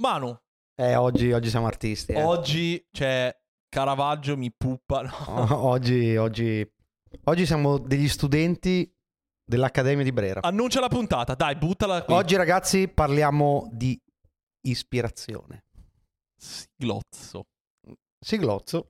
Manu, Oggi siamo artisti. oggi c'è Caravaggio mi puppa. No. Oggi siamo degli studenti dell'Accademia di Brera. Annuncia la puntata, dai, buttala qui. Oggi, ragazzi, parliamo di ispirazione. Siglozzo. Siglozzo.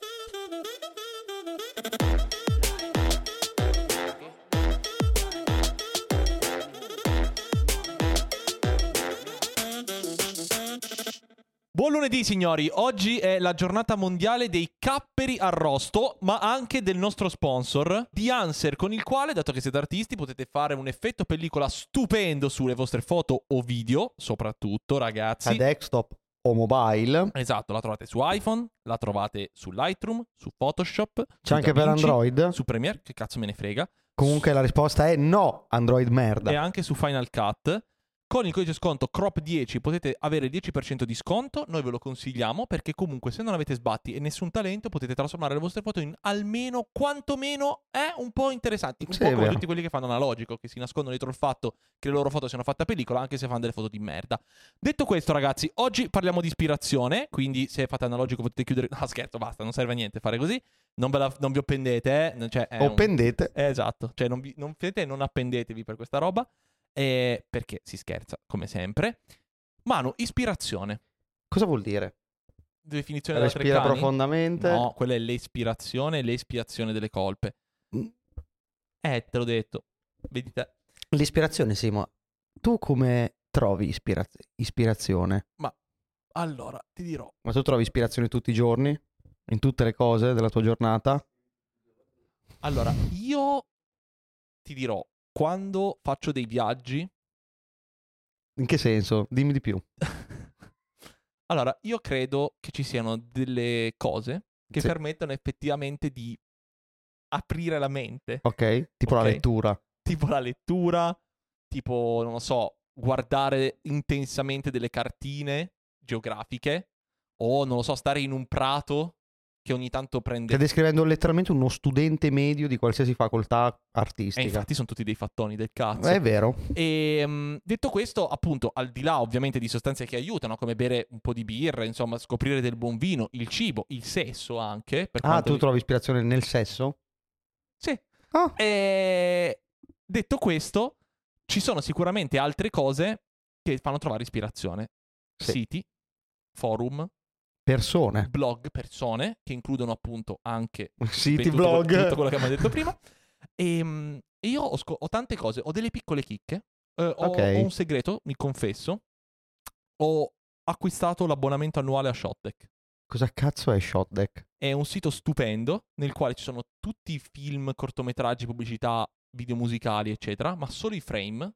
Buon lunedì signori, oggi è la giornata mondiale dei capperi arrosto, ma anche del nostro sponsor, The Answer, con il quale, dato che siete artisti, potete fare un effetto pellicola stupendo sulle vostre foto o video, soprattutto ragazzi. A desktop o mobile. Esatto, la trovate su iPhone, la trovate su Lightroom, su Photoshop. C'è anche per Android. Su Premiere, che cazzo me ne frega. Comunque la risposta è no, Android merda. E anche su Final Cut. Con il codice sconto CROP10 potete avere il 10% di sconto, noi ve lo consigliamo perché comunque se non avete sbatti e nessun talento potete trasformare le vostre foto in almeno, quantomeno, un po' interessanti. Un Sì, po' è come vero. tutti quelli che fanno analogico, che si nascondono dietro il fatto che le loro foto siano fatte a pellicola anche se fanno delle foto di merda. Detto questo ragazzi, oggi parliamo di ispirazione, quindi se fate analogico potete chiudere... No scherzo, basta, non serve a niente fare così. Non vi appendete, Cioè, O pendete. esatto, cioè non appendetevi per questa roba. Perché si scherza, come sempre. Manu, ispirazione. Cosa vuol dire? Definizione della Respira Treccani? profondamente. No, quella è l'ispirazione e l'espiazione delle colpe. Te l'ho detto. Vedi te. L'ispirazione, sì, ma tu come trovi ispirazione? Ma allora, ti dirò. Ma tu trovi ispirazione tutti i giorni? In tutte le cose della tua giornata? Allora, io ti dirò, quando faccio dei viaggi... In che senso? Dimmi di più. Allora, io credo che ci siano delle cose che Sì. permettono effettivamente di aprire la mente. Ok? Tipo Ok. la lettura. Tipo la lettura, tipo, non lo so, guardare intensamente delle cartine geografiche o, non lo so, stare in un prato che ogni tanto prende... Stai descrivendo letteralmente uno studente medio di qualsiasi facoltà E artistica. infatti sono tutti dei fattoni del cazzo. È vero. E detto questo, appunto, al di là ovviamente di sostanze che aiutano, come bere un po' di birra, insomma, scoprire del buon vino, il cibo, il sesso anche. Per Ah, quanto tu trovi ispirazione nel sesso? Sì. Ah, E detto questo, ci sono sicuramente altre cose che fanno trovare ispirazione. Sì. Siti, forum, persone. blog, persone, che includono appunto anche Siti, tutto blog. tutto quello che abbiamo detto prima. E io ho tante cose, ho delle piccole chicche, Ok. ho un segreto, mi confesso. Ho acquistato l'abbonamento annuale a ShotDeck. Cosa cazzo è ShotDeck? È un sito stupendo nel quale ci sono tutti i film, cortometraggi, pubblicità, video musicali, eccetera, ma solo i frame.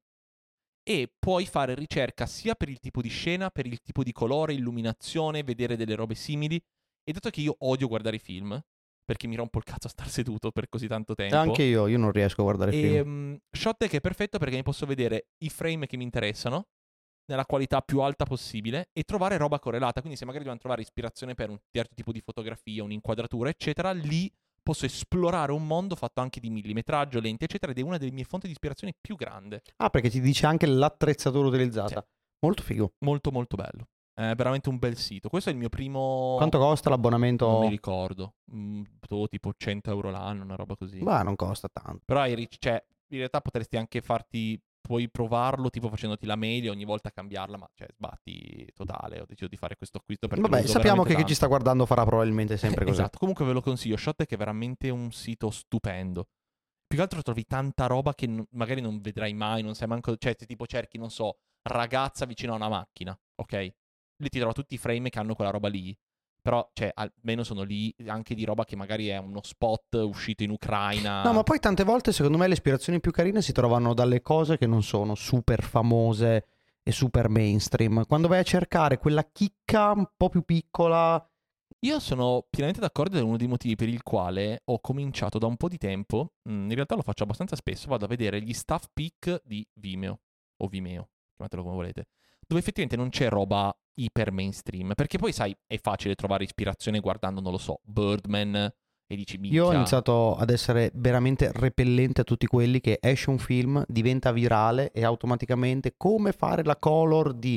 E puoi fare ricerca sia per il tipo di scena, per il tipo di colore, illuminazione, vedere delle robe simili. E dato che io odio guardare i film, perché mi rompo il cazzo a star seduto per così tanto tempo. Anche io non riesco a guardare film. ShotDeck è perfetto perché mi posso vedere i frame che mi interessano nella qualità più alta possibile e trovare roba correlata. Quindi se magari dobbiamo trovare ispirazione per un certo tipo di fotografia, un'inquadratura, eccetera, lì posso esplorare un mondo fatto anche di millimetraggio, lenti, eccetera, ed è una delle mie fonti di ispirazione più grande. Ah, perché ti dice anche l'attrezzatura utilizzata. Sì. Molto figo. Molto molto bello. È veramente un bel sito. Questo è il mio primo... Quanto costa l'abbonamento? Non mi ricordo. Tipo 100 euro l'anno, una roba così. Beh, non costa tanto. Però cioè, in realtà potresti anche puoi provarlo tipo facendoti la mail e ogni volta cambiarla, ma cioè sbatti totale. Ho deciso di fare questo acquisto perché Vabbè, lo uso sappiamo che veramente chi ci tanto. sta guardando farà probabilmente sempre così. Esatto, comunque ve lo consiglio. ShotDeck è veramente un sito stupendo. Più che altro trovi tanta roba che magari non vedrai mai, non sai manco... Cioè, se tipo cerchi, non so, ragazza vicino a una macchina, ok? Lì ti trova tutti i frame che hanno quella roba lì. Però, cioè, almeno sono lì anche di roba che magari è uno spot uscito in Ucraina. No, ma poi tante volte secondo me le ispirazioni più carine si trovano dalle cose che non sono super famose e super mainstream. Quando vai a cercare quella chicca un po' più piccola... Io sono pienamente d'accordo ed è uno dei motivi per il quale ho cominciato da un po' di tempo, in realtà lo faccio abbastanza spesso, vado a vedere gli staff pick di Vimeo, o Vimeo, chiamatelo come volete, dove effettivamente non c'è roba iper mainstream, perché poi sai, è facile trovare ispirazione guardando, non lo so, Birdman e dici minchia. Io ho iniziato ad essere veramente repellente a tutti quelli che esce un film, diventa virale e automaticamente come fare la color di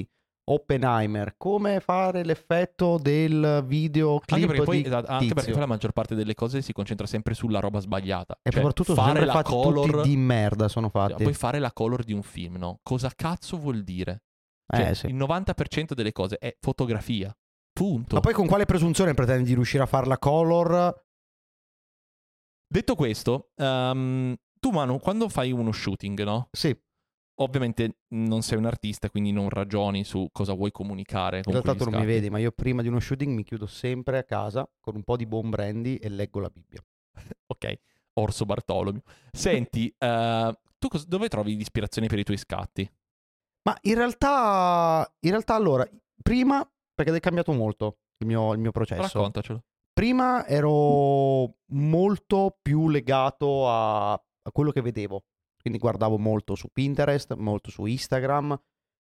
Oppenheimer, come fare l'effetto del videoclip Anche perché poi, di anche perché Tizio. poi la maggior parte delle cose si concentra sempre sulla roba sbagliata. E Cioè, soprattutto sono fare sempre la fatti color... tutti di merda, sono fatti. Poi fare la color di un film, no? Cosa cazzo vuol dire? Cioè, Sì. il 90% delle cose è fotografia. Punto. Ma poi con quale presunzione pretendi di riuscire a fare la color? Detto questo, tu Manu, quando fai uno shooting, no? Sì, in Ovviamente non sei un artista, quindi non ragioni su cosa vuoi comunicare con realtà quegli tu non mi scatti. vedi, ma io prima di uno shooting mi chiudo sempre a casa con un po' di buon brandy e leggo la Bibbia. Ok, Orso Bartolomeo. Senti, dove trovi l'ispirazione per i tuoi scatti? Ma in realtà allora, prima, perché è cambiato molto il mio processo. Raccontacelo. Prima ero molto più legato a quello che vedevo, quindi guardavo molto su Pinterest, molto su Instagram,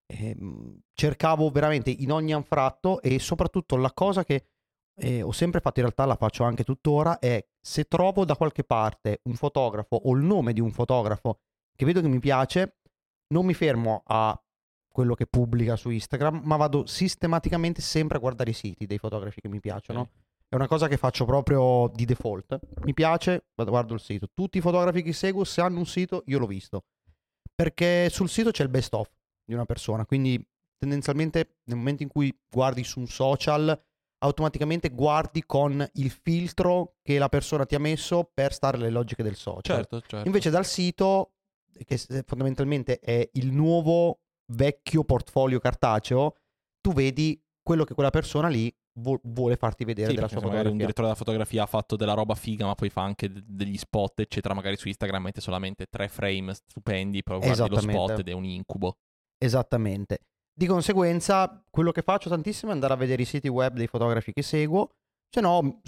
cercavo veramente in ogni anfratto e soprattutto la cosa che ho sempre fatto, in realtà la faccio anche tuttora, è se trovo da qualche parte un fotografo o il nome di un fotografo che vedo che mi piace, non mi fermo a quello che pubblica su Instagram, ma vado sistematicamente sempre a guardare i siti dei fotografi che mi piacciono. Ok. È una cosa che faccio proprio di default. Mi piace, guardo il sito. Tutti i fotografi che seguo, se hanno un sito, io l'ho visto. Perché sul sito c'è il best of di una persona. Quindi tendenzialmente nel momento in cui guardi su un social, automaticamente guardi con il filtro che la persona ti ha messo per stare alle logiche del social. Certo, certo. Invece dal sito, che fondamentalmente è il nuovo vecchio portfolio cartaceo, tu vedi quello che quella persona lì vuole farti vedere Sì, della perché sua se magari un fotografia. direttore della fotografia ha fatto della roba figa, ma poi fa anche degli spot, eccetera, magari su Instagram mette solamente 3 frame stupendi, poi guardi lo spot Esattamente, ed è un incubo. esattamente. Di conseguenza, quello che faccio tantissimo è andare a vedere i siti web dei fotografi che seguo, se no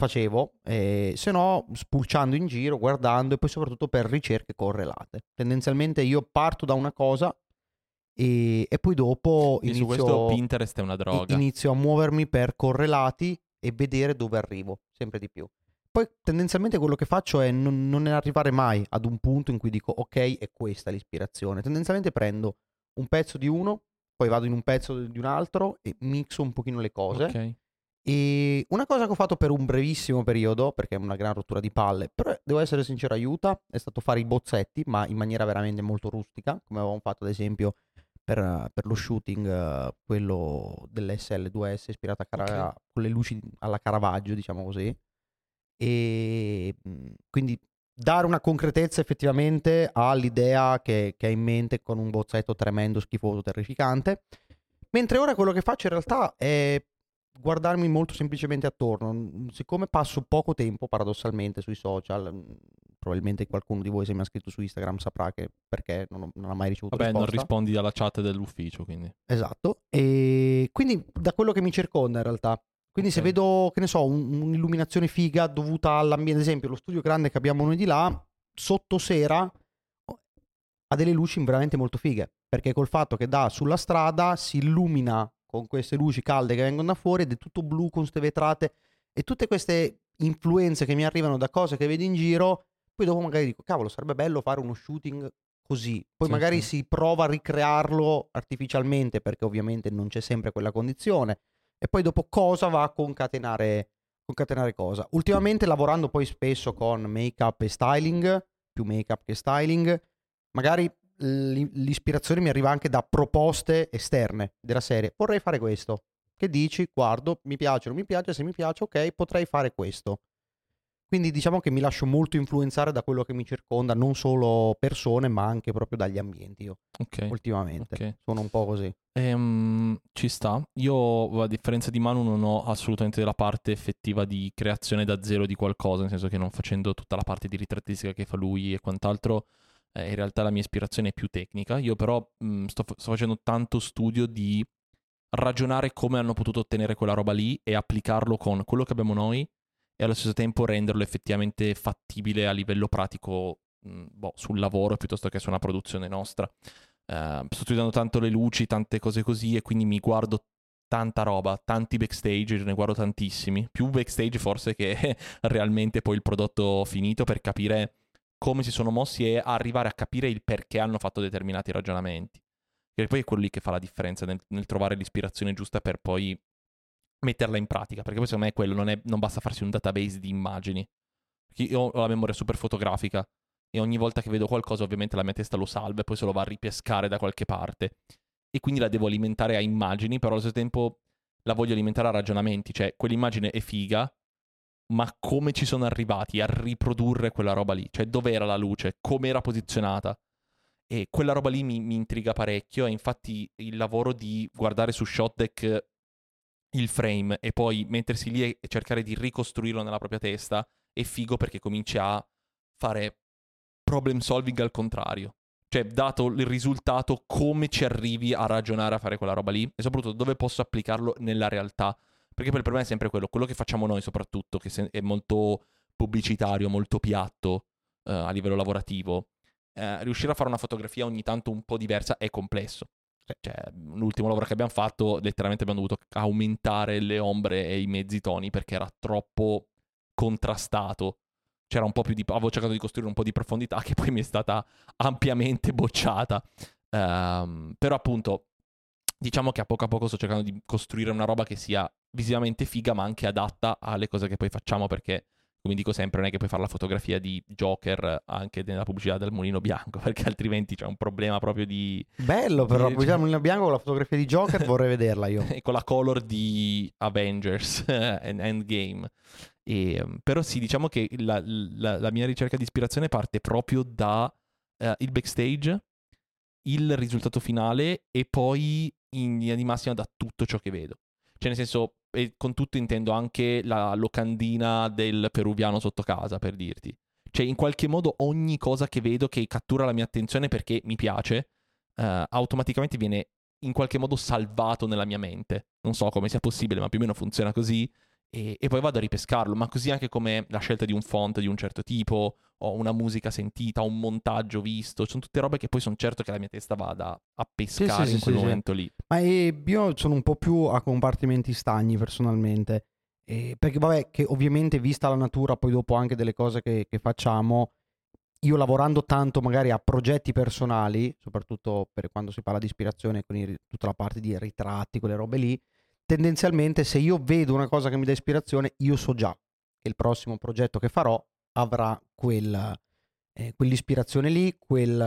se no spulciando in giro, guardando e poi soprattutto per ricerche correlate. Tendenzialmente io parto da una cosa e poi dopo Quindi su questo Pinterest è una droga. inizio a muovermi per correlati e vedere dove arrivo, sempre di più. Poi tendenzialmente quello che faccio è non arrivare mai ad un punto in cui dico ok, è questa l'ispirazione. Tendenzialmente prendo un pezzo di uno, poi vado in un pezzo di un altro e mixo un pochino le cose. Ok. E una cosa che ho fatto per un brevissimo periodo, perché è una gran rottura di palle, però devo essere sincero, aiuta, è stato fare i bozzetti, ma in maniera veramente molto rustica, come avevamo fatto ad esempio per lo shooting, quello dell'SL2S ispirato Ok. con le luci alla Caravaggio, diciamo così. E quindi dare una concretezza effettivamente all'idea che hai in mente con un bozzetto tremendo, schifoso, terrificante. Mentre ora quello che faccio in realtà è guardarmi molto semplicemente attorno. Siccome passo poco tempo paradossalmente sui social, probabilmente qualcuno di voi se mi ha scritto su Instagram saprà che perché non ha mai ricevuto Vabbè, non risposta. rispondi alla chat dell'ufficio, quindi. Esatto, e quindi da quello che mi circonda in realtà. Quindi se Ok. vedo, che ne so, un'illuminazione figa dovuta all'ambiente, ad esempio lo studio grande che abbiamo noi di là, sotto sera ha delle luci veramente molto fighe, perché col fatto che dà sulla strada si illumina con queste luci calde che vengono da fuori ed è tutto blu con queste vetrate e tutte queste influenze che mi arrivano da cose che vedi in giro, poi dopo magari dico, cavolo, sarebbe bello fare uno shooting così, poi Sì, magari sì. si prova a ricrearlo artificialmente perché ovviamente non c'è sempre quella condizione e poi dopo cosa va a concatenare cosa. Ultimamente lavorando poi spesso con make-up e styling, più make-up che styling, magari l'ispirazione mi arriva anche da proposte esterne della serie. Vorrei fare questo. Che dici? Guardo, mi piace, non mi piace, se mi piace, ok, potrei fare questo. Quindi diciamo che mi lascio molto influenzare da quello che mi circonda, non solo persone, ma anche proprio dagli ambienti io, Ok. ultimamente. Ok. Sono un po' così. Ci sta. Io, a differenza di Manu, non ho assolutamente la parte effettiva di creazione da zero di qualcosa, nel senso che non facendo tutta la parte di ritrattistica che fa lui e quant'altro, in realtà la mia ispirazione è più tecnica. Io però sto facendo tanto studio di ragionare come hanno potuto ottenere quella roba lì e applicarlo con quello che abbiamo noi e allo stesso tempo renderlo effettivamente fattibile a livello pratico, sul lavoro piuttosto che su una produzione nostra. Sto studiando tanto le luci, tante cose così e quindi mi guardo tanta roba, tanti backstage, ne guardo tantissimi, più backstage forse che realmente poi il prodotto finito per capire come si sono mossi e arrivare a capire il perché hanno fatto determinati ragionamenti. che poi è quello lì che fa la differenza nel trovare l'ispirazione giusta per poi metterla in pratica, perché poi secondo me quello non basta farsi un database di immagini. Perché io ho la memoria super fotografica e ogni volta che vedo qualcosa ovviamente la mia testa lo salva e poi se lo va a ripescare da qualche parte. E quindi la devo alimentare a immagini, però allo stesso tempo la voglio alimentare a ragionamenti, cioè quell'immagine è figa, ma come ci sono arrivati a riprodurre quella roba lì? Cioè dov'era la luce, come era posizionata? E quella roba lì mi intriga parecchio e infatti il lavoro di guardare su ShotDeck il frame e poi mettersi lì e cercare di ricostruirlo nella propria testa è figo perché cominci a fare problem solving al contrario. Cioè, dato il risultato, come ci arrivi a ragionare a fare quella roba lì e soprattutto dove posso applicarlo nella realtà. Perché poi il problema è sempre quello che facciamo noi soprattutto, che è molto pubblicitario, molto piatto a livello lavorativo. Riuscire a fare una fotografia ogni tanto un po' diversa è complesso. Cioè, l'ultimo lavoro che abbiamo fatto, letteralmente abbiamo dovuto aumentare le ombre e i mezzi toni perché era troppo contrastato. C'era un po' più di... Avevo cercato di costruire un po' di profondità che poi mi è stata ampiamente bocciata. Però appunto, diciamo che a poco sto cercando di costruire una roba che sia visivamente figa, ma anche adatta alle cose che poi facciamo, perché, come dico sempre, non è che puoi fare la fotografia di Joker anche nella pubblicità del Mulino Bianco, perché altrimenti c'è un problema proprio di... Bello però, la pubblicità del Mulino Bianco con la fotografia di Joker vorrei vederla io. E con la color di Avengers Endgame. Però sì, diciamo che la mia ricerca di ispirazione parte proprio da il backstage, il risultato finale e poi in linea di massima da tutto ciò che vedo. Cioè nel senso, e con tutto intendo anche la locandina del peruviano sotto casa, per dirti. Cioè in qualche modo ogni cosa che vedo che cattura la mia attenzione perché mi piace, automaticamente viene in qualche modo salvato nella mia mente. Non so come sia possibile, ma più o meno funziona così. E poi vado a ripescarlo, ma così anche come la scelta di un font di un certo tipo, o una musica sentita, un montaggio visto, sono tutte robe che poi sono certo che la mia testa vada a pescare in quel momento lì. Ma io sono un po' più a compartimenti stagni personalmente, perché vabbè, che ovviamente vista la natura poi dopo anche delle cose che facciamo, io lavorando tanto magari a progetti personali, soprattutto per quando si parla di ispirazione, con tutta la parte di ritratti, quelle robe lì, tendenzialmente se io vedo una cosa che mi dà ispirazione, io so già che il prossimo progetto che farò avrà quell'ispirazione lì,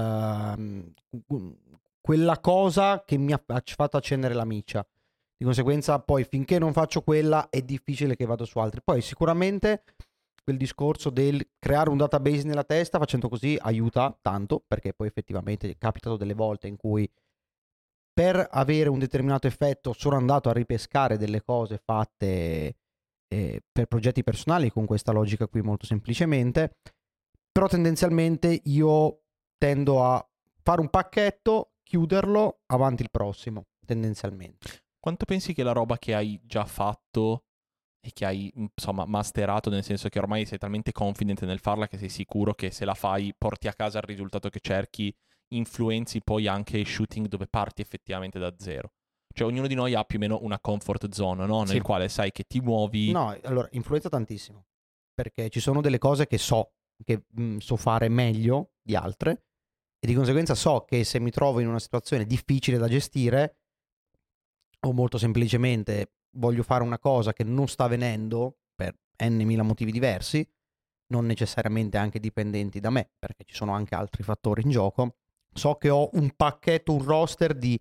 quella cosa che mi ha fatto accendere la miccia. Di conseguenza poi finché non faccio quella è difficile che vado su altri. Poi sicuramente quel discorso del creare un database nella testa facendo così aiuta tanto, perché poi effettivamente è capitato delle volte in cui per avere un determinato effetto sono andato a ripescare delle cose fatte per progetti personali con questa logica qui molto semplicemente, però tendenzialmente io tendo a fare un pacchetto, chiuderlo, avanti il prossimo, tendenzialmente. Quanto pensi che la roba che hai già fatto e che hai, insomma, masterato, nel senso che ormai sei talmente confident nel farla che sei sicuro che se la fai porti a casa il risultato che cerchi, influenzi poi anche i shooting dove parti effettivamente da zero? Cioè ognuno di noi ha più o meno una comfort zone, no? Nel Sì. quale sai che ti muovi... No, allora, influenza tantissimo, perché ci sono delle cose che so fare meglio di altre, e di conseguenza so che se mi trovo in una situazione difficile da gestire, o molto semplicemente voglio fare una cosa che non sta avvenendo per n mila motivi diversi, non necessariamente anche dipendenti da me, perché ci sono anche altri fattori in gioco, so che ho un pacchetto, un roster di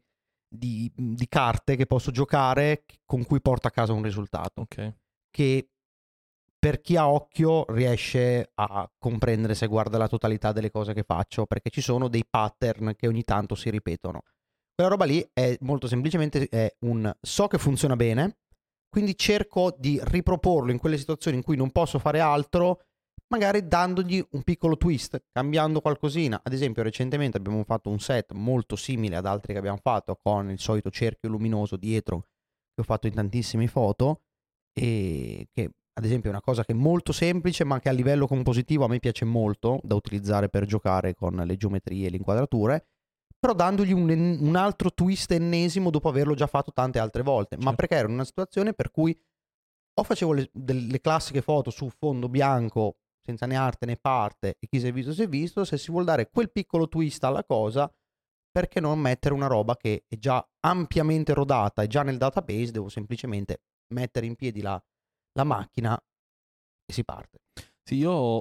carte che posso giocare con cui porto a casa un risultato. Ok. Che per chi ha occhio riesce a comprendere se guarda la totalità delle cose che faccio, perché ci sono dei pattern che ogni tanto si ripetono. Quella roba lì è molto semplicemente so che funziona bene, quindi cerco di riproporlo in quelle situazioni in cui non posso fare altro, magari dandogli un piccolo twist, cambiando qualcosina. Ad esempio recentemente abbiamo fatto un set molto simile ad altri che abbiamo fatto, con il solito cerchio luminoso dietro che ho fatto in tantissime foto, e che ad esempio è una cosa che è molto semplice ma che a livello compositivo a me piace molto da utilizzare per giocare con le geometrie e le inquadrature, però dandogli un altro twist ennesimo dopo averlo già fatto tante altre volte. Certo. Ma perché ero in una situazione per cui o facevo delle classiche foto su fondo bianco senza né arte né parte e chi si è visto, se si vuol dare quel piccolo twist alla cosa, perché non mettere una roba che è già ampiamente rodata, è già nel database, devo semplicemente mettere in piedi la macchina e si parte. Sì, io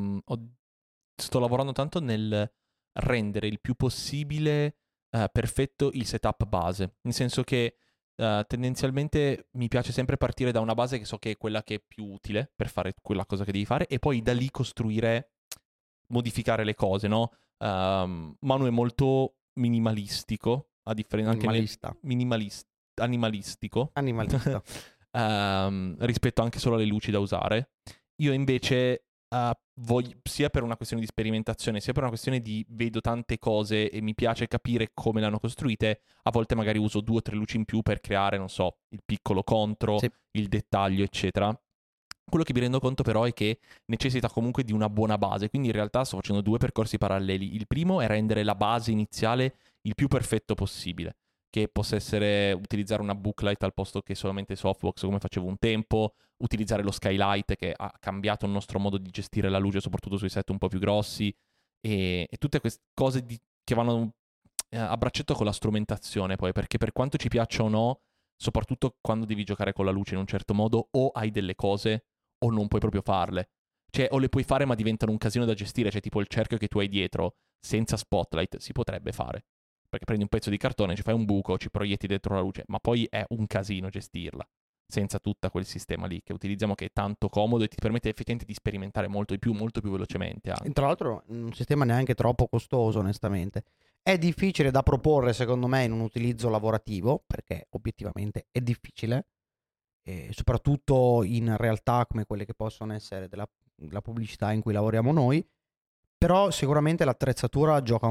sto lavorando tanto nel rendere il più possibile perfetto il setup base, nel senso che tendenzialmente mi piace sempre partire da una base che so che è quella che è più utile per fare quella cosa che devi fare e poi da lì costruire, modificare le cose, no? Manu è molto minimalistico, a differenza anche Minimalista. animalistico, Animalista. rispetto anche solo alle luci da usare. Io invece sia per una questione di sperimentazione, sia per una questione di vedo tante cose e mi piace capire come le hanno costruite, a volte magari uso 2 o 3 luci in più per creare, non so, il piccolo contro, Sì. il dettaglio, eccetera. Quello che mi rendo conto però è che necessita comunque di una buona base, quindi in realtà sto facendo 2 percorsi paralleli. Il primo è rendere la base iniziale il più perfetto possibile, che possa essere utilizzare una booklight al posto che solamente softbox come facevo un tempo, utilizzare lo skylight che ha cambiato il nostro modo di gestire la luce, soprattutto sui set un po' più grossi, e tutte queste cose che vanno a braccetto con la strumentazione poi, perché per quanto ci piaccia o no, soprattutto quando devi giocare con la luce in un certo modo, o hai delle cose o non puoi proprio farle. Cioè, o le puoi fare ma diventano un casino da gestire, cioè tipo il cerchio che tu hai dietro, senza spotlight, si potrebbe fare. Perché prendi un pezzo di cartone, ci fai un buco, ci proietti dentro la luce, ma poi è un casino gestirla, senza tutto quel sistema lì che utilizziamo che è tanto comodo e ti permette effettivamente di sperimentare molto più velocemente E anche. tra l'altro un sistema neanche troppo costoso, onestamente. È difficile da proporre, secondo me, in un utilizzo lavorativo, perché obiettivamente è difficile, e soprattutto in realtà come quelle che possono essere della pubblicità in cui lavoriamo noi. Però sicuramente l'attrezzatura gioca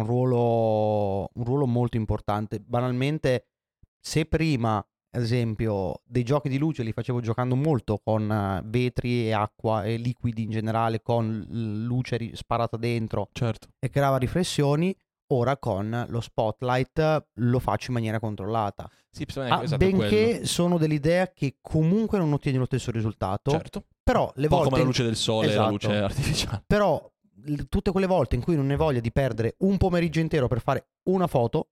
un ruolo molto importante. Banalmente, se prima, ad esempio, dei giochi di luce li facevo giocando molto con vetri e acqua e liquidi in generale, con luce sparata dentro Certo. e creava riflessioni, ora con lo spotlight lo faccio in maniera controllata. Sì, esatto, è quello. Benché sono dell'idea che comunque non ottieni lo stesso risultato, Certo. però le Un po' volte... come la luce del sole e la luce Esatto. artificiale. Però tutte quelle volte in cui non hai voglia di perdere un pomeriggio intero per fare una foto,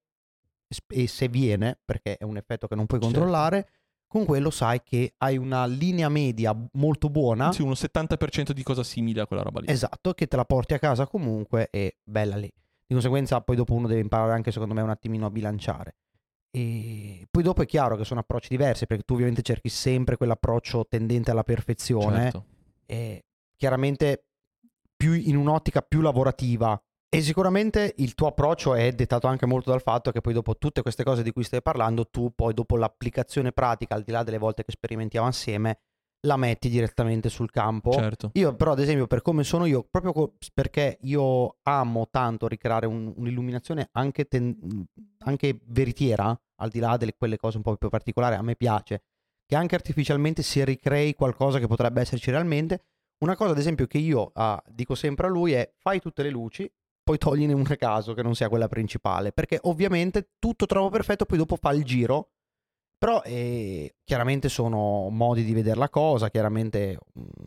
e se viene, perché è un effetto che non puoi Certo. controllare, con quello sai che hai una linea media molto buona. Sì, uno 70% di cosa simile a quella roba lì. Esatto, che te la porti a casa comunque e bella lì. Di conseguenza poi dopo uno deve imparare anche secondo me un attimino a bilanciare. E poi dopo è chiaro che sono approcci diversi, perché tu ovviamente cerchi sempre quell'approccio tendente alla perfezione, Certo. e chiaramente più in un'ottica più lavorativa. E sicuramente il tuo approccio è dettato anche molto dal fatto che poi dopo tutte queste cose di cui stai parlando, tu poi dopo l'applicazione pratica, al di là delle volte che sperimentiamo assieme, la metti direttamente sul campo. Certo. Io però ad esempio per come sono io, proprio perché io amo tanto ricreare un'illuminazione anche, anche veritiera, al di là delle quelle cose un po' più particolari, a me piace che anche artificialmente si ricrei qualcosa che potrebbe esserci realmente. Una cosa ad esempio che io dico sempre a lui è: fai tutte le luci, poi togliene una a caso che non sia quella principale, perché ovviamente tutto trovo perfetto, poi dopo fa il giro. Però chiaramente sono modi di vedere la cosa, chiaramente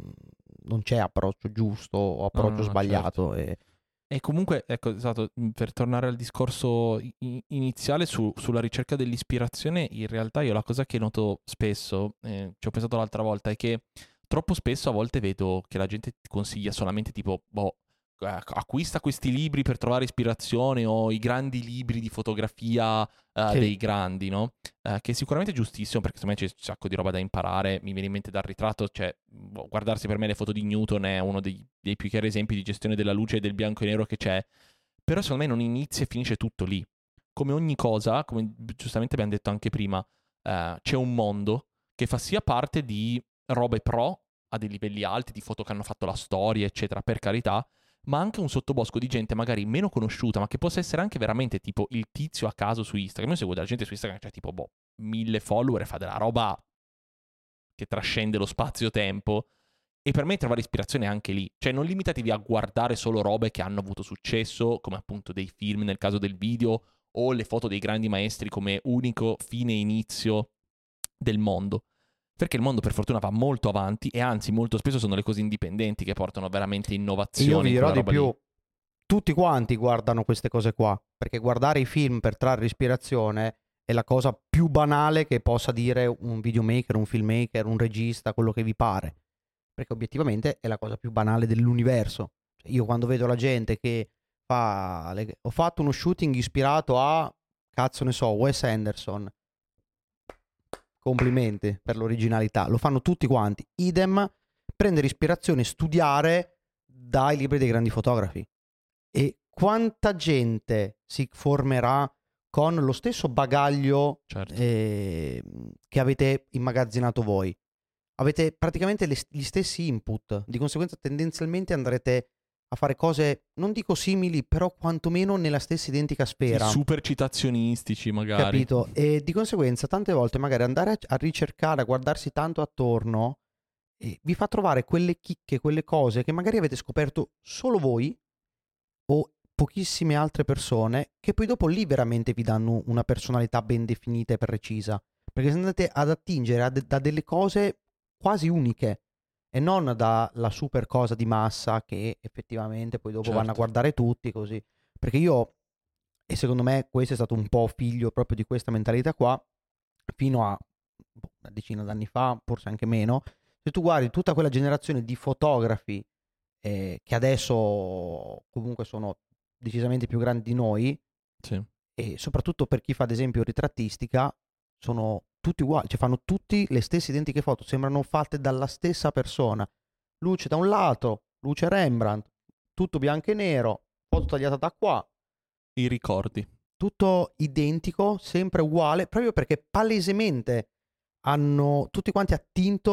non c'è approccio giusto o approccio No, sbagliato. certo. E comunque, ecco, esatto, per tornare al discorso iniziale sulla ricerca dell'ispirazione, in realtà io la cosa che noto spesso, ci ho pensato l'altra volta, è che troppo spesso a volte vedo che la gente ti consiglia solamente tipo, boh, acquista questi libri per trovare ispirazione o i grandi libri di fotografia Sì. dei grandi, no? Che sicuramente è giustissimo perché secondo me c'è un sacco di roba da imparare. Mi viene in mente dal ritratto, cioè guardarsi per me le foto di Newton è uno dei più chiari esempi di gestione della luce e del bianco e nero che c'è. Però secondo me non inizia e finisce tutto lì. Come ogni cosa, come giustamente abbiamo detto anche prima, c'è un mondo che fa sia parte di robe pro a dei livelli alti, di foto che hanno fatto la storia, eccetera, per carità, ma anche un sottobosco di gente magari meno conosciuta, ma che possa essere anche veramente tipo il tizio a caso su Instagram. Io seguo della gente su Instagram che ha tipo, 1000 follower e fa della roba che trascende lo spazio-tempo. E per me trovare ispirazione è anche lì. Cioè non limitatevi a guardare solo robe che hanno avuto successo, come appunto dei film nel caso del video, o le foto dei grandi maestri come unico fine e inizio del mondo. Perché il mondo per fortuna va molto avanti e anzi molto spesso sono le cose indipendenti che portano veramente E io innovazione vi in dirò quella di roba più, lì. tutti quanti guardano queste cose qua, perché guardare i film per trarre ispirazione è la cosa più banale che possa dire un videomaker, un filmmaker, un regista, quello che vi pare, perché obiettivamente è la cosa più banale dell'universo. Io quando vedo la gente che ho fatto uno shooting ispirato a, cazzo ne so, Wes Anderson, complimenti per l'originalità, lo fanno tutti quanti. Idem, prendere ispirazione, studiare dai libri dei grandi fotografi. E quanta gente si formerà con lo stesso bagaglio Certo. che avete immagazzinato voi. Avete praticamente gli stessi input, di conseguenza tendenzialmente andrete a fare cose, non dico simili, però quantomeno nella stessa identica Sì, sfera. super citazionistici magari. Capito? E di conseguenza tante volte magari andare a ricercare, a guardarsi tanto attorno, vi fa trovare quelle chicche, quelle cose che magari avete scoperto solo voi o pochissime altre persone, che poi dopo lì veramente vi danno una personalità ben definita e precisa. Perché se andate ad attingere da delle cose quasi uniche e non dalla super cosa di massa che effettivamente poi dopo vanno a Certo. guardare tutti così. Perché io, e secondo me questo è stato un po' figlio proprio di questa mentalità qua, fino a una decina d'anni fa, forse anche meno, se tu guardi tutta quella generazione di fotografi che adesso comunque sono decisamente più grandi di noi, Sì. e soprattutto per chi fa ad esempio ritrattistica, sono tutti uguali, cioè fanno tutti le stesse identiche foto, sembrano fatte dalla stessa persona. Luce da un lato, luce Rembrandt, tutto bianco e nero, foto tagliata da qua, I ricordi. tutto identico, sempre uguale, proprio perché palesemente hanno tutti quanti attinto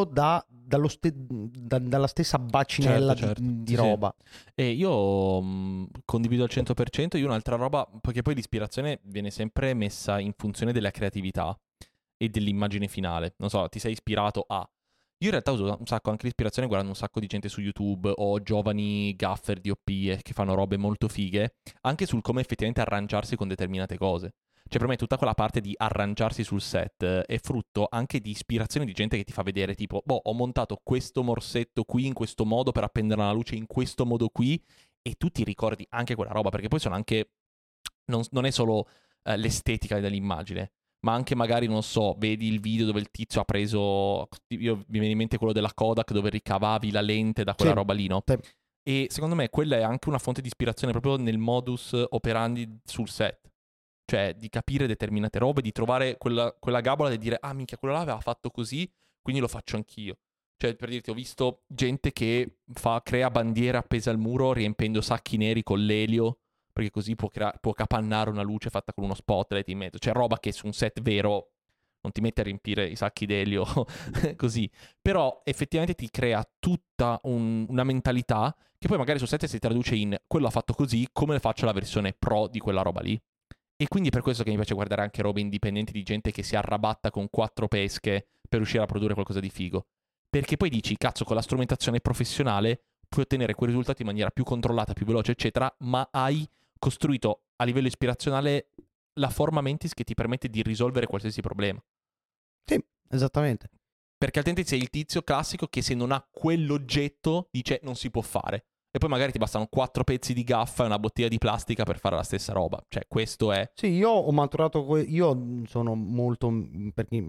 dalla stessa bacinella Certo. di Sì, sì. roba. E io condivido al 100%. Io un'altra roba, perché poi l'ispirazione viene sempre messa in funzione della creatività e dell'immagine finale. Non so, ti sei ispirato a... Io in realtà uso un sacco anche l'ispirazione guardando un sacco di gente su YouTube o giovani gaffer di OP che fanno robe molto fighe, anche sul come effettivamente arrangiarsi con determinate cose. Cioè per me tutta quella parte di arrangiarsi sul set è frutto anche di ispirazione di gente che ti fa vedere tipo, boh, ho montato questo morsetto qui in questo modo per appendere la luce in questo modo qui e tu ti ricordi anche quella roba perché poi sono anche... non è solo l'estetica dell'immagine, ma anche magari, non so, vedi il video dove il tizio ha preso... Io mi viene in mente quello della Kodak dove ricavavi la lente da quella Sì, roba lì, no? sì. E secondo me quella è anche una fonte di ispirazione proprio nel modus operandi sul set. Cioè, di capire determinate robe, di trovare quella gabola e dire, ah, minchia, quello là aveva fatto così, quindi lo faccio anch'io. Cioè, per dirti, ho visto gente che crea bandiere appese al muro riempendo sacchi neri con l'elio, perché così può capannare una luce fatta con uno spotlight in mezzo. Cioè, roba che su un set vero non ti mette a riempire i sacchi d'elio così. Però effettivamente ti crea tutta una mentalità che poi magari sul set si traduce in quello ha fatto così, come le faccio la versione pro di quella roba lì. E quindi è per questo che mi piace guardare anche robe indipendenti di gente che si arrabatta con 4 pesche per riuscire a produrre qualcosa di figo. Perché poi dici, cazzo, con la strumentazione professionale puoi ottenere quei risultati in maniera più controllata, più veloce, eccetera, ma hai costruito a livello ispirazionale la forma mentis che ti permette di risolvere qualsiasi problema. Sì, esattamente. Perché altrimenti sei il tizio classico che se non ha quell'oggetto dice non si può fare. E poi magari ti bastano 4 pezzi di gaffa e una bottiglia di plastica per fare la stessa roba. Cioè, questo è... Sì, io ho maturato, io sono molto, per chi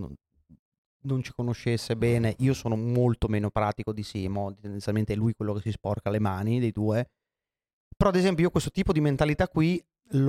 non ci conoscesse bene, io sono molto meno pratico di Simo, tendenzialmente è lui quello che si sporca le mani dei due. Però ad esempio io questo tipo di mentalità qui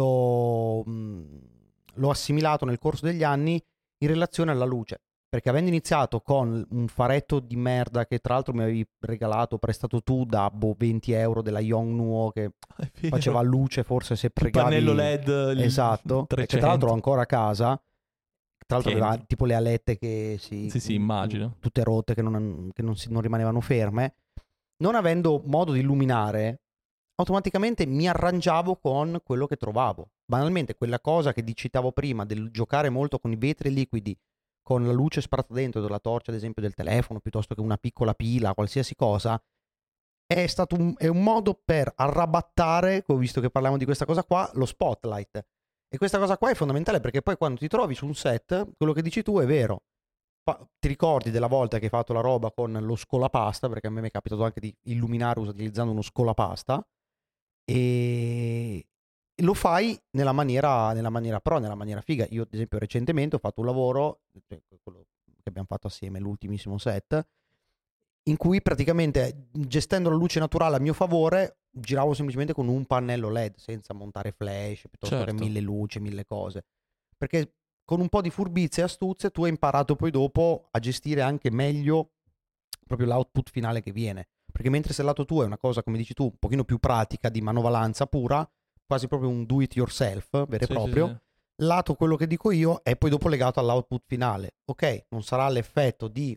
l'ho assimilato nel corso degli anni in relazione alla luce. Perché avendo iniziato con un faretto di merda che tra l'altro mi avevi regalato, prestato tu da 20 euro della Yongnuo che È vero. faceva luce forse se Il pregavi... pannello LED, il Esatto, e che 300. tra l'altro ho ancora a casa. Tra l'altro aveva Tieni. tipo le alette che Sì, immagino. tutte rotte, che non rimanevano ferme. Non avendo modo di illuminare, automaticamente mi arrangiavo con quello che trovavo. Banalmente, quella cosa che citavo prima del giocare molto con i vetri liquidi, con la luce sparata dentro della torcia, ad esempio del telefono, piuttosto che una piccola pila, qualsiasi cosa, è un modo per arrabattare, visto che parliamo di questa cosa qua, lo spotlight. E questa cosa qua è fondamentale perché poi quando ti trovi su un set, quello che dici tu è vero. Ti ricordi della volta che hai fatto la roba con lo scolapasta, perché a me mi è capitato anche di illuminare utilizzando uno scolapasta, e lo fai nella maniera figa. Io, ad esempio, recentemente ho fatto un lavoro, cioè quello che abbiamo fatto assieme, l'ultimissimo set, in cui praticamente, gestendo la luce naturale a mio favore, giravo semplicemente con un pannello LED, senza montare flash, piuttosto che Certo. 1000 luci, 1000 cose. Perché con un po' di furbizia e astuzie tu hai imparato poi dopo a gestire anche meglio proprio l'output finale che viene. Perché mentre se il lato tuo è una cosa, come dici tu, un pochino più pratica, di manovalanza pura, quasi proprio un do it yourself vero e Sì, sì, proprio, sì. lato quello che dico io è poi dopo legato all'output finale. Ok, non sarà l'effetto di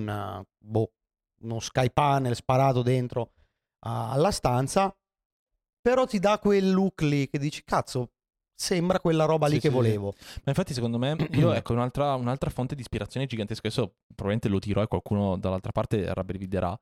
uno sky panel sparato dentro alla stanza, però ti dà quel look lì che dici, cazzo, sembra quella roba lì Sì, che sì, sì. volevo. Ma infatti secondo me, io ecco un'altra fonte di ispirazione gigantesca, adesso probabilmente lo dirò e qualcuno dall'altra parte rabbrividerà.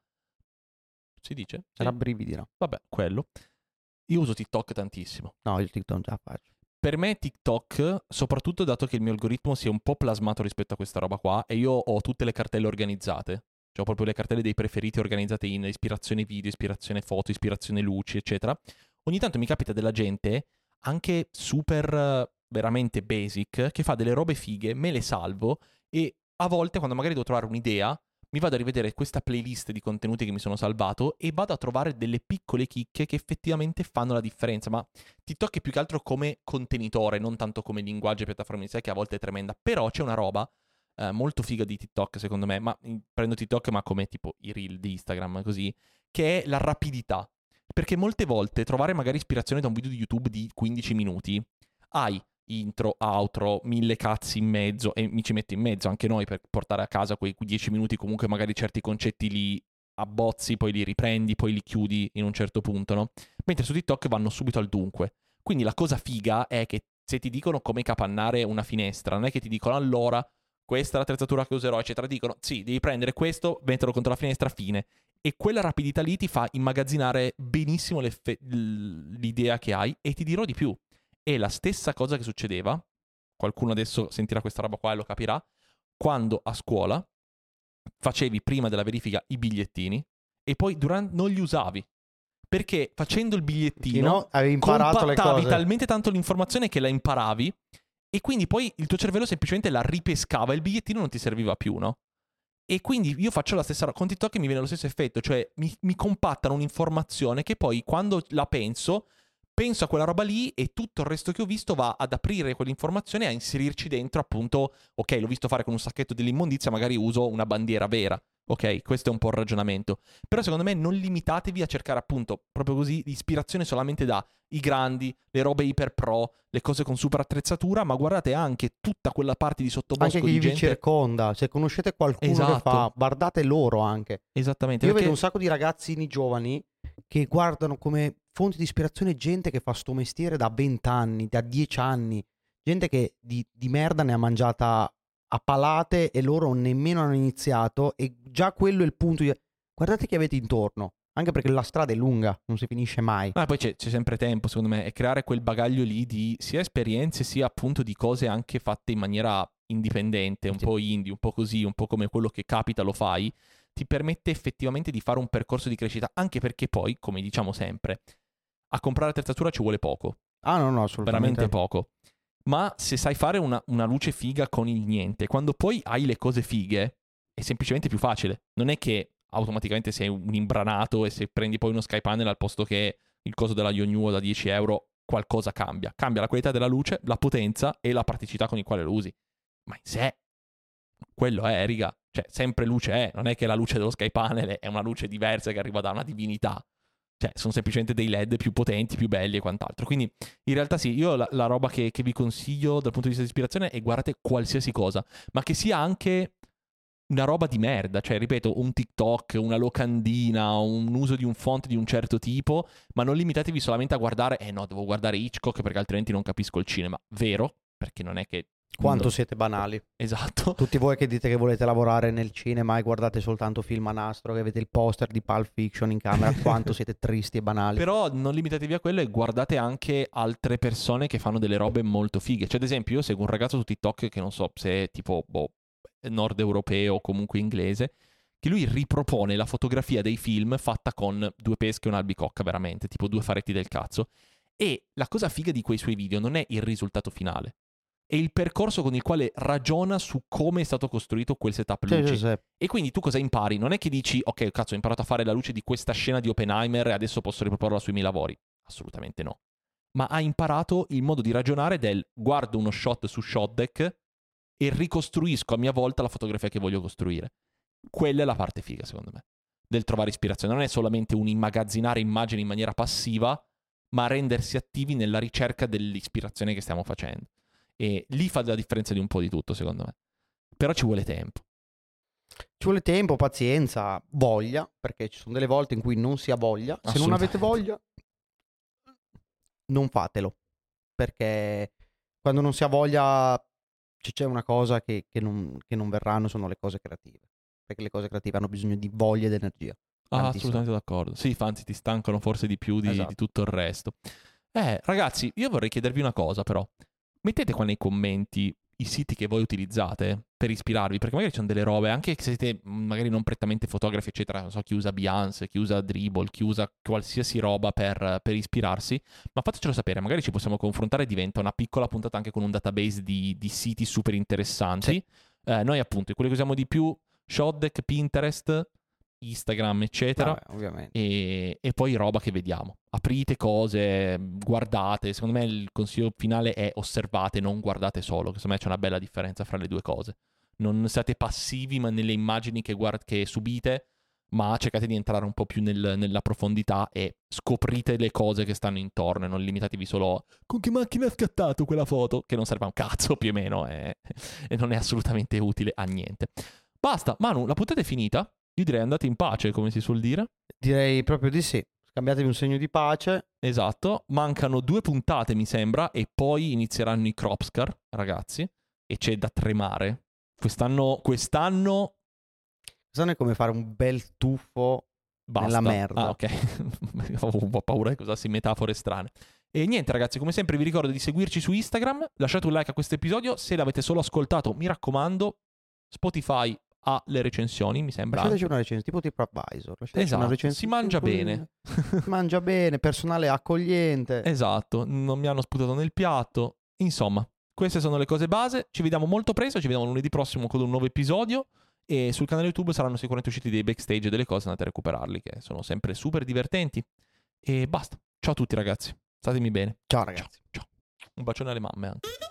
Si dice? Sì. Rabbrividino. Vabbè, quello. Io uso TikTok tantissimo. No, il TikTok già faccio. Per me TikTok, soprattutto dato che il mio algoritmo si è un po' plasmato rispetto a questa roba qua, e io ho tutte le cartelle organizzate, cioè ho proprio le cartelle dei preferiti organizzate in ispirazione video, ispirazione foto, ispirazione luci, eccetera. Ogni tanto mi capita della gente, anche super veramente basic, che fa delle robe fighe, me le salvo e a volte quando magari devo trovare un'idea, mi vado a rivedere questa playlist di contenuti che mi sono salvato e vado a trovare delle piccole chicche che effettivamente fanno la differenza, ma TikTok è più che altro come contenitore, non tanto come linguaggio e piattaforma in sé, che a volte è tremenda. Però c'è una roba molto figa di TikTok, secondo me, ma prendo TikTok ma come tipo i reel di Instagram, così, che è la rapidità. Perché molte volte trovare magari ispirazione da un video di YouTube di 15 minuti, hai intro, outro, 1000 cazzi in mezzo, e mi ci metto in mezzo anche noi per portare a casa quei 10 minuti, comunque magari certi concetti li abbozzi, poi li riprendi, poi li chiudi in un certo punto, no? Mentre su TikTok vanno subito al dunque. Quindi la cosa figa è che se ti dicono come capannare una finestra, non è che ti dicono allora questa è l'attrezzatura che userò, eccetera. Ti dicono sì, devi prendere questo, metterlo contro la finestra, fine. E quella rapidità lì ti fa immagazzinare benissimo l'idea che hai. E ti dirò di più. È la stessa cosa che succedeva, qualcuno adesso sentirà questa roba qua e lo capirà, quando a scuola facevi prima della verifica i bigliettini e poi non li usavi. Perché facendo il Sì, bigliettino no? Avevi imparato le compattavi cose. talmente tanto l'informazione che la imparavi e quindi poi il tuo cervello semplicemente la ripescava e il bigliettino non ti serviva più, no? E quindi io faccio la stessa roba. Con TikTok mi viene lo stesso effetto, cioè mi compattano un'informazione che poi quando la penso a quella roba lì e tutto il resto che ho visto va ad aprire quell'informazione e a inserirci dentro appunto, ok, l'ho visto fare con un sacchetto dell'immondizia, magari uso una bandiera vera. Ok, questo è un po' il ragionamento. Però secondo me non limitatevi a cercare appunto proprio così ispirazione solamente da i grandi, le robe iper pro, le cose con super attrezzatura, ma guardate anche tutta quella parte di Anche sottobosco chi di vi gente. circonda, se conoscete qualcuno che fa, Esatto, guardate loro anche. esattamente, Io perché vedo un sacco di ragazzini giovani che guardano come fonte di ispirazione gente che fa sto mestiere da 20 anni, da 10 anni, gente che di merda ne ha mangiata a palate e loro nemmeno hanno iniziato e già quello è il punto di... Guardate chi avete intorno, anche perché la strada è lunga, non si finisce mai. ma poi c'è sempre tempo, secondo me, e creare quel bagaglio lì di sia esperienze, sia appunto di cose anche fatte in maniera indipendente, un Sì. po' indie, un po' così, un po' come quello che capita lo fai, ti permette effettivamente di fare un percorso di crescita, anche perché poi, come diciamo sempre, a comprare attrezzatura ci vuole poco, Ah no, no, veramente assolutamente. poco. Ma se sai fare una luce figa con il niente, quando poi hai le cose fighe, è semplicemente più facile. Non è che automaticamente sei un imbranato e se prendi poi uno sky panel al posto che il coso della Yonyu da 10 euro, qualcosa cambia. Cambia la qualità della luce, la potenza e la praticità con il quale lo usi. Ma in sé, quello è, riga. Cioè, sempre luce è. Non è che la luce dello sky panel è una luce diversa che arriva da una divinità. Cioè, sono semplicemente dei LED più potenti, più belli e quant'altro. Quindi, in realtà sì, io la roba che vi consiglio dal punto di vista di ispirazione è guardate qualsiasi cosa, ma che sia anche una roba di merda, cioè ripeto, un TikTok, una locandina, un uso di un font di un certo tipo, ma non limitatevi solamente a guardare, no, devo guardare Hitchcock perché altrimenti non capisco il cinema. Vero, perché non è che... Quanto siete banali. Esatto. Tutti voi che dite che volete lavorare nel cinema e guardate soltanto film a nastro, che avete il poster di Pulp Fiction in camera, quanto siete tristi e banali. Però non limitatevi a quello e guardate anche altre persone che fanno delle robe molto fighe. Cioè, ad esempio, io seguo un ragazzo su TikTok che non so se è tipo nord europeo o comunque inglese, che lui ripropone la fotografia dei film fatta con due pesche e un'albicocca, veramente, tipo due faretti del cazzo. E la cosa figa di quei suoi video non è il risultato finale, è il percorso con il quale ragiona su come è stato costruito quel setup luci. Sì. E quindi tu cosa impari? Non è che dici, ok, cazzo, ho imparato a fare la luce di questa scena di Oppenheimer e adesso posso riproporla sui miei lavori. Assolutamente no. Ma ha imparato il modo di ragionare del guardo uno shot su ShotDeck e ricostruisco a mia volta la fotografia che voglio costruire. Quella è la parte figa, secondo me, del trovare ispirazione. Non è solamente un immagazzinare immagini in maniera passiva, ma rendersi attivi nella ricerca dell'ispirazione che stiamo facendo. E lì fa la differenza di un po' di tutto, secondo me. Però ci vuole tempo. Ci vuole tempo, pazienza, voglia, perché ci sono delle volte in cui non si ha voglia. Se non avete voglia, non fatelo, perché quando non si ha voglia c'è una cosa che non verranno, sono le cose creative, perché le cose creative hanno bisogno di voglia ed energia. Assolutamente d'accordo. Sì, anzi ti stancano forse di più di tutto il resto. Ragazzi, io vorrei chiedervi una cosa però. Mettete qua nei commenti i siti che voi utilizzate per ispirarvi, perché magari ci sono delle robe, anche se siete magari non prettamente fotografi, eccetera, non so, chi usa Behance, chi usa Dribbble, chi usa qualsiasi roba per ispirarsi, ma fatecelo sapere, magari ci possiamo confrontare, diventa una piccola puntata anche con un database di siti super interessanti. Sì. Noi appunto, quelli che usiamo di più, ShotDeck, Pinterest, Instagram, eccetera. Vabbè, ovviamente. E poi roba che vediamo. Aprite cose, guardate. Secondo me il consiglio finale è osservate, non guardate solo. Che secondo me c'è una bella differenza fra le due cose. Non siate passivi ma nelle immagini che subite, ma cercate di entrare un po' più nella profondità e scoprite le cose che stanno intorno e non limitatevi solo a con che macchina ha scattato quella foto, che non serve a un cazzo più o meno e non è assolutamente utile a niente. Basta, Manu, la puntata è finita. Io direi andate in pace, come si suol dire. Direi proprio di sì. Scambiatevi un segno di pace. Esatto. Mancano 2 puntate, mi sembra, e poi inizieranno i Cropscar, ragazzi. E c'è da tremare. Quest'anno è come fare un bel tuffo nella merda. Ah, ok. Avevo un po' paura che usassi metafore strane. E niente, ragazzi, come sempre vi ricordo di seguirci su Instagram. Lasciate un like a questo episodio. Se l'avete solo ascoltato, mi raccomando, Spotify ha le recensioni, mi sembra. Lasciateci una recensione, tipo TripAdvisor. Esatto, una recensione, si mangia bene. Si mangia bene, personale accogliente. Esatto, non mi hanno sputato nel piatto. Insomma, queste sono le cose base. Ci vediamo molto presto, ci vediamo lunedì prossimo con un nuovo episodio. E sul canale YouTube saranno sicuramente usciti dei backstage e delle cose, andate a recuperarli, che sono sempre super divertenti. E basta. Ciao a tutti, ragazzi. Statemi bene. Ciao, ragazzi. Ciao. Un bacione alle mamme anche.